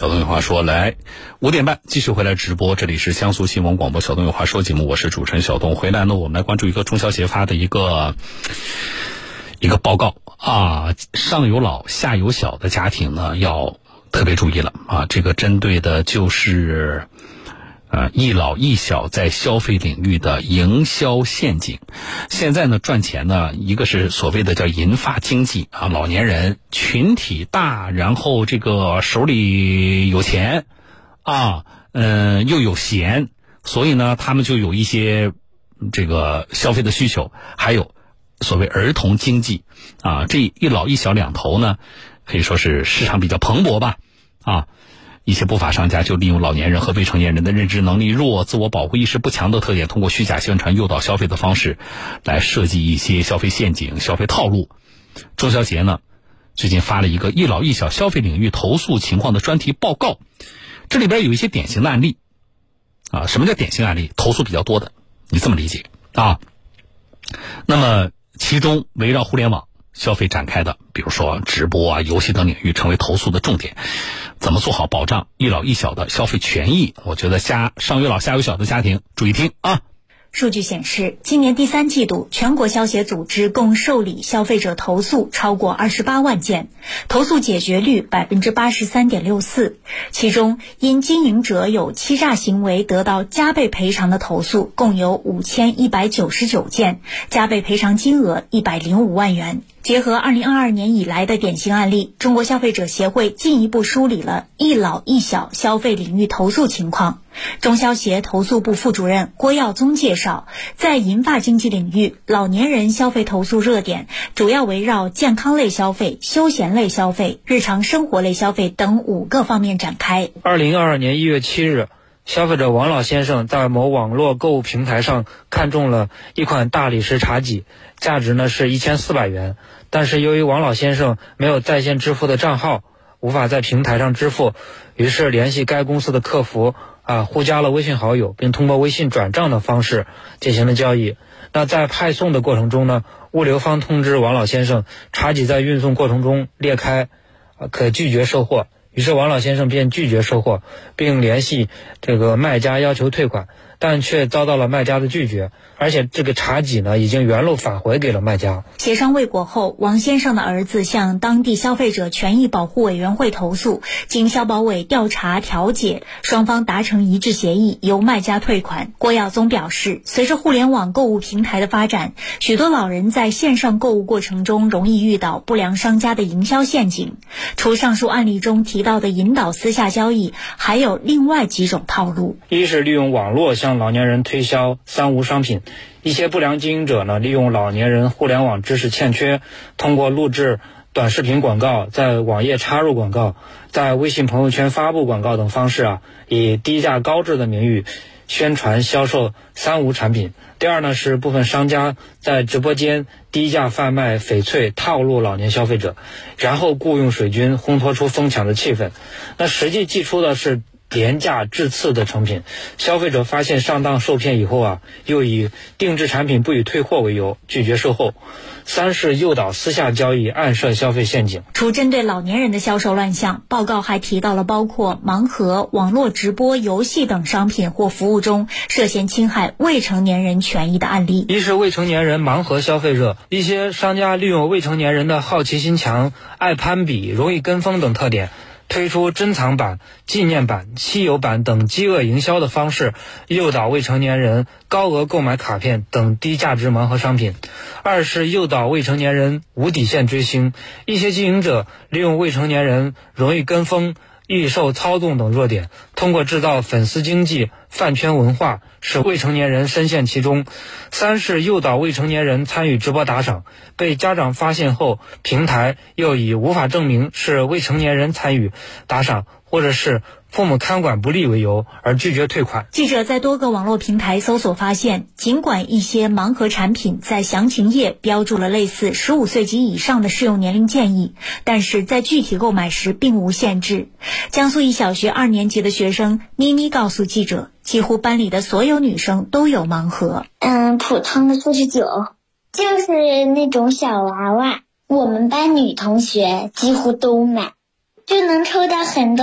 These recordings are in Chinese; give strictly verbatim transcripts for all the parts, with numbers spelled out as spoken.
小东有话说，来五点半继续回来直播，这里是江苏新闻广播小东有话说节目，我是主持人小东。回来呢，我们来关注一个中消协发的一个一个报告啊，上有老下有小的家庭呢要特别注意了啊，这个针对的就是呃，一老一小在消费领域的营销陷阱。现在呢，赚钱呢，一个是所谓的叫银发经济啊，老年人群体大，然后这个手里有钱啊，嗯、呃，又有闲，所以呢，他们就有一些这个消费的需求，还有所谓儿童经济啊，这一老一小两头呢，可以说是市场比较蓬勃吧啊。一些不法商家就利用老年人和未成年人的认知能力弱、自我保护意识不强的特点，通过虚假宣传、诱导消费的方式来设计一些消费陷阱、消费套路。中消协呢最近发了一个一老一小消费领域投诉情况的专题报告，这里边有一些典型的案例啊。什么叫典型案例？投诉比较多的，你这么理解啊。那么其中围绕互联网消费展开的，比如说直播啊、游戏等领域成为投诉的重点。怎么做好保障一老一小的消费权益？我觉得家上有老下有小的家庭注意听啊。 数据显示，今年第三季度，全国消协组织共受理消费者投诉超过二十八万件，投诉解决率百分之八十三点六四。其中，因经营者有欺诈行为得到加倍赔偿的投诉共有五千一百九十九件，加倍赔偿金额一百零五万元。结合二零二二年以来的典型案例，中国消费者协会进一步梳理了一老一小消费领域投诉情况。中消协投诉部副主任郭耀宗介绍，在银发经济领域，老年人消费投诉热点主要围绕健康类消费、休闲类消费、日常生活类消费等五个方面展开。 二零二二年一月七日，消费者王老先生在某网络购物平台上看中了一款大理石茶几，价值呢是一千四百元，但是由于王老先生没有在线支付的账号，无法在平台上支付，于是联系该公司的客服啊，互加了微信好友，并通过微信转账的方式进行了交易。那在派送的过程中呢，物流方通知王老先生，茶几在运送过程中裂开，啊，可拒绝收货。于是王老先生便拒绝收货，并联系这个卖家要求退款，但却遭到了卖家的拒绝，而且这个茶几呢已经原路返回给了卖家。 协商未果后，王先生的儿子向当地消费者权益保护委员会投诉，经消保委调查调解，双方达成一致协议，由卖家退款。郭耀宗表示，随着互联网购物平台的发展，许多老人在线上购物过程中容易遇到不良商家的营销陷阱。除上述案例中提到的引导私下交易，还有另外几种套路。 一是利用网络向老年人推销三无商品，一些不良经营者呢，利用老年人互联网知识欠缺，通过录制短视频广告，在网页插入广告，在微信朋友圈发布广告等方式啊，以低价高质的名誉宣传销售三无产品。第二呢，是部分商家在直播间低价贩卖翡翠，套路老年消费者，然后雇佣水军烘托出疯抢的气氛。那实际寄出的是廉价质次的成品，消费者发现上当受骗以后啊，又以定制产品不予退货为由拒绝售后。三是诱导私下交易，暗设消费陷阱。 除针对老年人的销售乱象，报告还提到了包括盲盒、网络直播、游戏等商品或服务中涉嫌侵害未成年人权益的案例。 一是未成年人盲盒消费热，一些商家利用未成年人的好奇心强、爱攀比、容易跟风等特点，推出珍藏版、纪念版、稀有版等饥饿营销的方式，诱导未成年人高额购买卡片等低价值盲盒商品。二是诱导未成年人无底线追星，一些经营者利用未成年人容易跟风、易受操纵等弱点，通过制造粉丝经济、饭圈文化，使未成年人深陷其中。三是诱导未成年人参与直播打赏，被家长发现后，平台又以无法证明是未成年人参与打赏，或者是父母看管不力为由而拒绝退款。 记者在多个网络平台搜索发现，尽管一些盲盒产品在详情页标注了类似十五岁及以上的适用年龄建议，但是在具体购买时并无限制。江苏一小学二年级的学生妮妮告诉记者，几乎班里的所有女生都有盲盒。 嗯，普通的四十九，就是那种小娃娃，我们班女同学几乎都买，就能抽到很多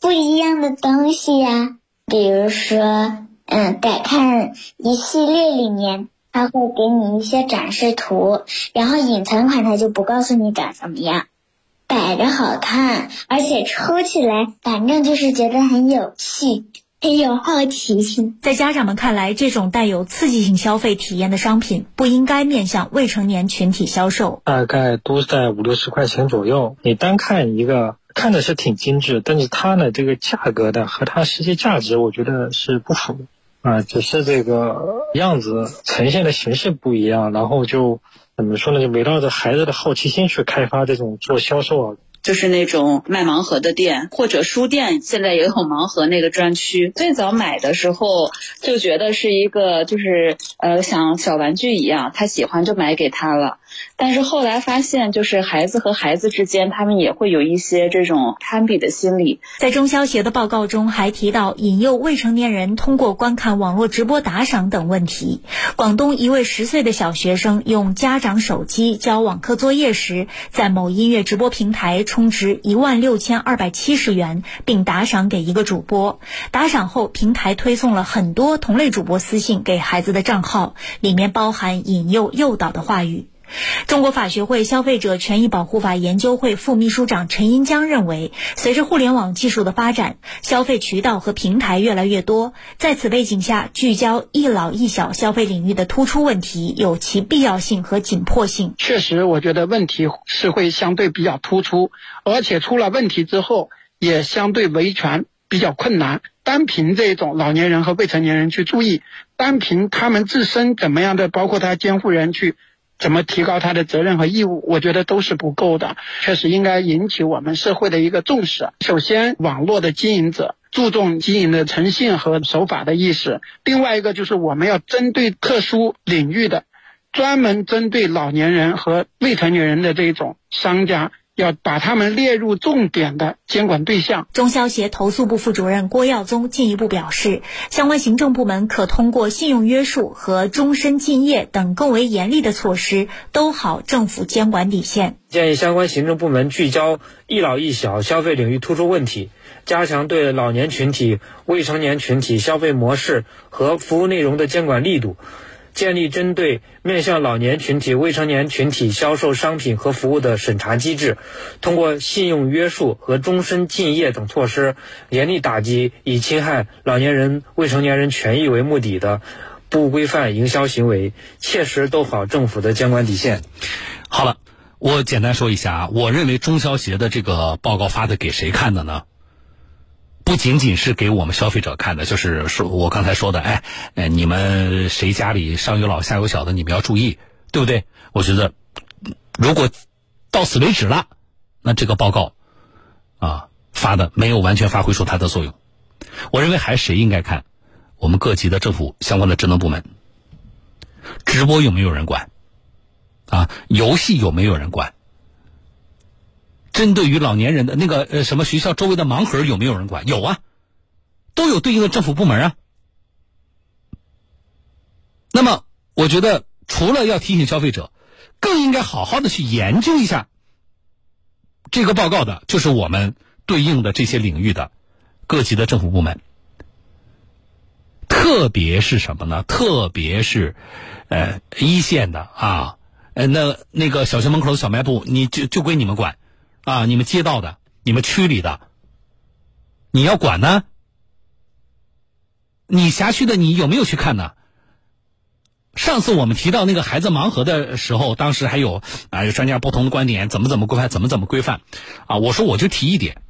不一样的东西呀，比如说，嗯，得看一系列里面，它会给你一些展示图，然后隐藏款它就不告诉你长什么样。摆着好看，而且抽起来，反正就是觉得很有趣。很有好奇心。 在家长们看来，这种带有刺激性消费体验的商品不应该面向未成年群体销售。 大概都在五六十块钱左右。你单看一个，看的是挺精致，但是它呢这个价格的和它实际价值，我觉得是不符的啊，只是这个样子呈现的形式不一样，然后就怎么说呢，就围绕着孩子的好奇心去开发这种做销售啊。 就是那种卖盲盒的店或者书店，现在也有盲盒那个专区。最早买的时候就觉得是一个就是呃像小玩具一样，他喜欢就买给他了。但是后来发现，就是孩子和孩子之间，他们也会有一些这种攀比的心理。 在中消协的报告中还提到引诱未成年人通过观看网络直播打赏等问题。广东一位十岁的小学生用家长手机交网课作业时，在某音乐直播平台充值一万六千二百七十元，并打赏给一个主播。打赏后，平台推送了很多同类主播私信给孩子的账号，里面包含引诱、诱导的话语。中国法学会消费者权益保护法研究会副秘书长陈银江认为，随着互联网技术的发展，消费渠道和平台越来越多，在此背景下，聚焦一老一小消费领域的突出问题有其必要性和紧迫性。 确实，我觉得问题是会相对比较突出，而且出了问题之后也相对维权比较困难。单凭这种老年人和未成年人去注意，单凭他们自身怎么样的，包括他监护人去怎么提高他的责任和义务，我觉得都是不够的，确实应该引起我们社会的一个重视。首先，网络的经营者注重经营的诚信和守法的意识，另外一个就是我们要针对特殊领域的，专门针对老年人和未成年人的这种商家，要把他们列入重点的监管对象。 中消协投诉部副主任郭耀宗进一步表示，相关行政部门可通过信用约束和终身禁业等更为严厉的措施，兜好政府监管底线。 建议相关行政部门聚焦一老一小消费领域突出问题，加强对老年群体、未成年群体消费模式和服务内容的监管力度，建立针对面向老年群体、未成年群体销售商品和服务的审查机制，通过信用约束和终身禁业等措施，严厉打击以侵害老年人、未成年人权益为目的的不规范营销行为，切实兜好政府的监管底线。 好了，我简单说一下啊，我认为中消协的这个报告发的给谁看的呢？不仅仅是给我们消费者看的，就是说我刚才说的，哎，呃，你们谁家里上有老下有小的，你们要注意，对不对？我觉得，如果到此为止了，那这个报告啊发的没有完全发挥出它的作用。我认为还谁应该看？我们各级的政府相关的职能部门，直播有没有人管？啊，游戏有没有人管？针对于老年人的那个呃什么学校周围的盲盒有没有人管？有啊，都有对应的政府部门啊。那么我觉得除了要提醒消费者，更应该好好的去研究一下这个报告的，就是我们对应的这些领域的各级的政府部门。特别是什么呢？特别是呃一线的啊，呃那那个小学门口的小卖部，你就就归你们管。啊，你们街道的，你们区里的，你要管呢？你辖区的你有没有去看呢？上次我们提到那个孩子盲盒的时候，当时还有啊有专家不同的观点，怎么怎么规范，怎么怎么规范啊？我说我就提一点，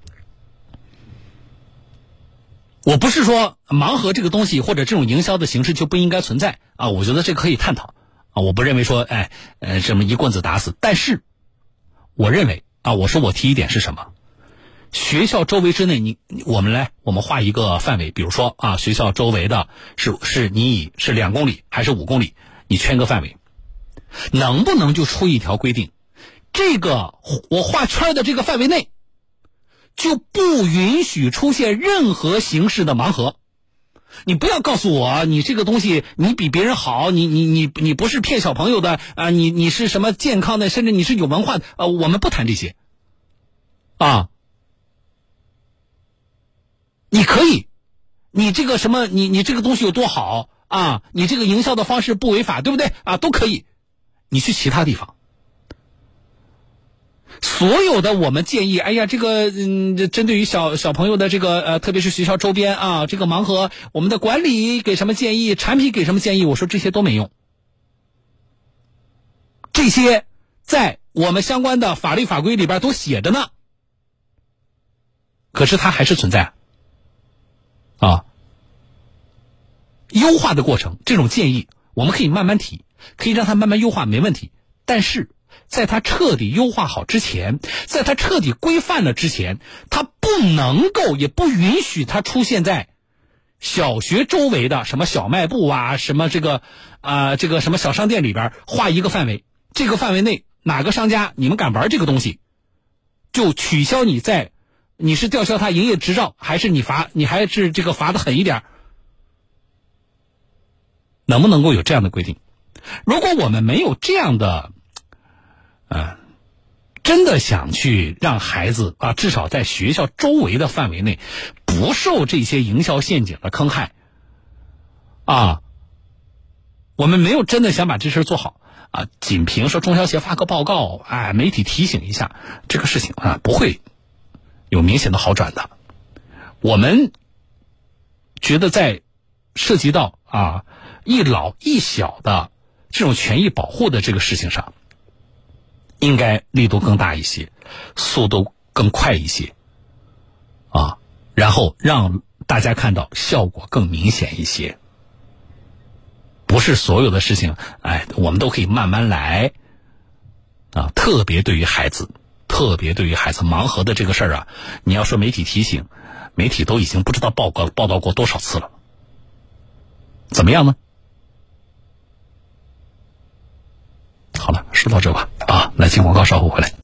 我不是说盲盒这个东西或者这种营销的形式就不应该存在啊，我觉得这可以探讨啊，我不认为说哎呃这么一棍子打死，但是我认为。啊，我说我提一点是什么？学校周围之内，你我们来，我们画一个范围，比如说啊，学校周围的是是你以是两公里还是五公里，你圈个范围，能不能就出一条规定？这个我画圈的这个范围内，就不允许出现任何形式的盲盒。你不要告诉我你这个东西你比别人好，你你你你不是骗小朋友的啊，你你是什么健康的，甚至你是有文化的，呃，我们不谈这些，啊， 你可以，你这个什么，你你这个东西有多好啊？你这个营销的方式不违法，对不对啊？都可以，你去其他地方。所有的我们建议，哎呀，这个嗯，针对于小小朋友的这个呃，特别是学校周边啊，这个盲盒，我们的管理给什么建议，产品给什么建议，我说这些都没用。这些在我们相关的法律法规里边都写着呢，可是它还是存在啊。优化的过程，这种建议我们可以慢慢提，可以让它慢慢优化，没问题。但是在它彻底优化好之前，在它彻底规范了之前，它不能够也不允许它出现在小学周围的什么小卖部啊，什么这个啊、呃、这个什么小商店里边划一个范围，这个范围内哪个商家你们敢玩这个东西，就取消你在，你是吊销他营业执照，还是你罚，你还是这个罚的狠一点，能不能够有这样的规定？如果我们没有这样的呃，真的想去让孩子啊，至少在学校周围的范围内不受这些营销陷阱的坑害啊，我们没有真的想把这事做好啊，仅凭说中消协发个报告，哎，媒体提醒一下，这个事情啊不会有明显的好转的。我们觉得在涉及到啊一老一小的这种权益保护的这个事情上，应该力度更大一些，速度更快一些啊，然后让大家看到效果更明显一些。不是所有的事情哎我们都可以慢慢来啊，特别对于孩子特别对于孩子盲盒的这个事儿啊，你要说媒体提醒，媒体都已经不知道报告报道过多少次了，怎么样呢？好了，说到这吧啊，来进广告，稍后回来。